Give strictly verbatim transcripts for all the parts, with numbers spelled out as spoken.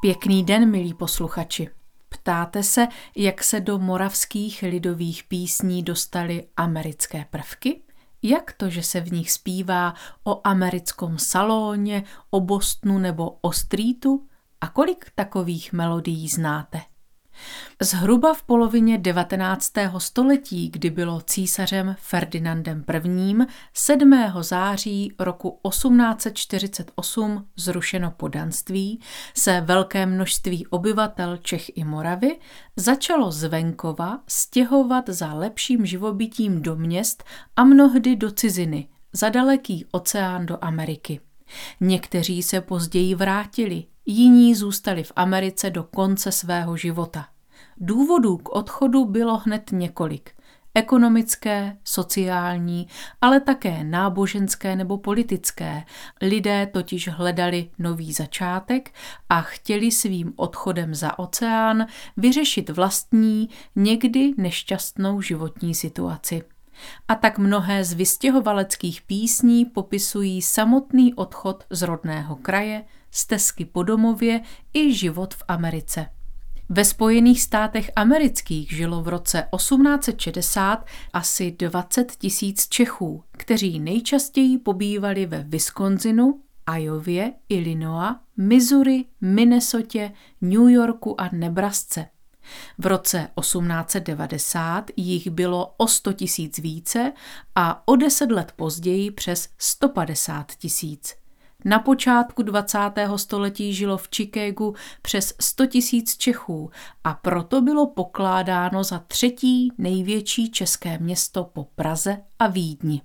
Pěkný den, milí posluchači. Ptáte se, jak se do moravských lidových písní dostaly americké prvky? Jak to, že se v nich zpívá o americkém salóně, o Bostonu nebo o streetu? A kolik takových melodií znáte? Zhruba v polovině devatenáctého století, kdy bylo císařem Ferdinandem I. sedmého září roku osmnáct set čtyřicet osm zrušeno poddanství, se velké množství obyvatel Čech i Moravy začalo z venkova stěhovat za lepším živobytím do měst a mnohdy do ciziny, za daleký oceán do Ameriky. Někteří se později vrátili, jiní zůstali v Americe do konce svého života. Důvodů k odchodu bylo hned několik. Ekonomické, sociální, ale také náboženské nebo politické. Lidé totiž hledali nový začátek a chtěli svým odchodem za oceán vyřešit vlastní, někdy nešťastnou životní situaci. A tak mnohé z vystěhovaleckých písní popisují samotný odchod z rodného kraje, stezky po domově i život v Americe. Ve Spojených státech amerických žilo v roce osmnáct set šedesát asi dvacet tisíc Čechů, kteří nejčastěji pobývali ve Wisconsinu, Iowě, Illinois, Missouri, Minnesotě, New Yorku a Nebrasce. V roce osmnáct set devadesát jich bylo o sto tisíc více a o deset let později přes sto padesát tisíc. Na počátku dvacátého století žilo v Chicagu přes sto tisíc Čechů a proto bylo pokládáno za třetí největší české město po Praze a Vídni.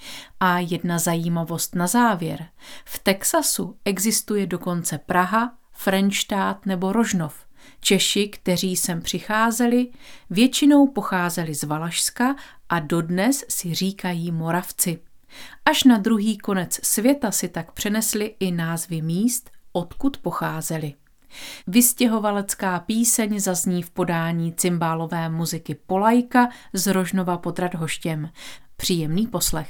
A jedna zajímavost na závěr. V Texasu existuje dokonce Praha, Frenštát nebo Rožnov. Češi, kteří sem přicházeli, většinou pocházeli z Valašska a dodnes si říkají Moravci. Až na druhý konec světa si tak přenesli i názvy míst, odkud pocházeli. Vystěhovalecká píseň zazní v podání cymbálové muziky Polajka z Rožnova pod Radhoštěm. Příjemný poslech.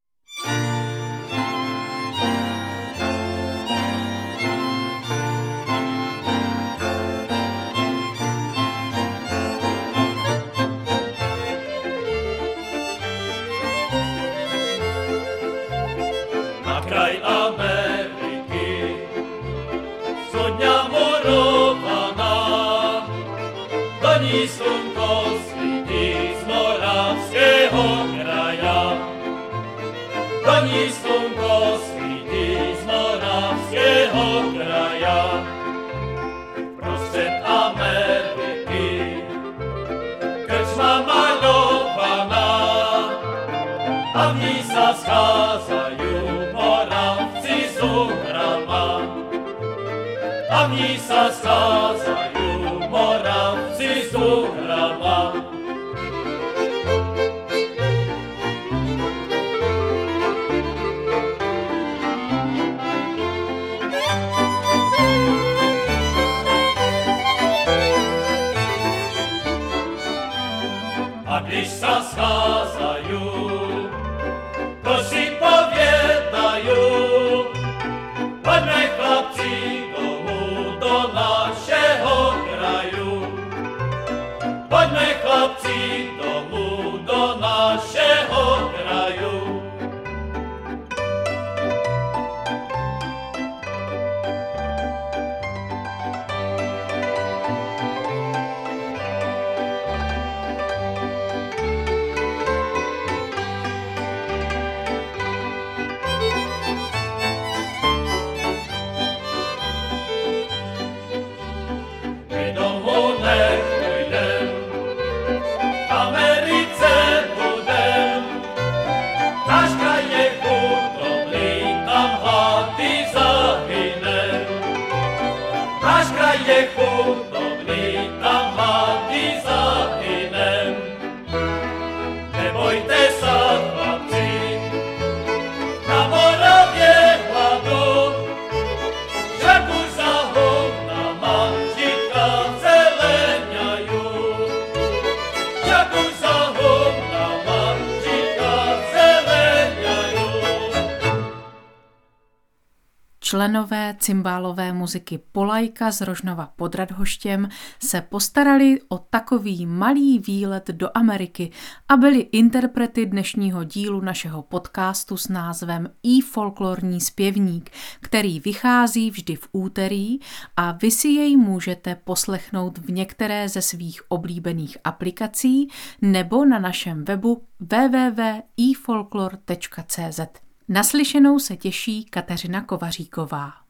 Kraj Ameriky, studňa murovaná, do ní slunko svítí z moravského kraja. Do ní slunko svítí z moravského kraja. Prostřed Ameriky, krčma malovaná, a v ní sa scházajú a v ní sa scházajú Moravci z Uhrama. A když sa scházajú, to si poviedajú, poďme chlapci do našeho členové cymbálové muziky Polajka z Rožnova pod Radhoštěm se postarali o takový malý výlet do Ameriky a byli interprety dnešního dílu našeho podcastu s názvem I folklorní zpěvník, který vychází vždy v úterý a vy si jej můžete poslechnout v některé ze svých oblíbených aplikací nebo na našem webu w w w tečka i folklor tečka c z. Naslyšenou se těší Kateřina Kovaříková.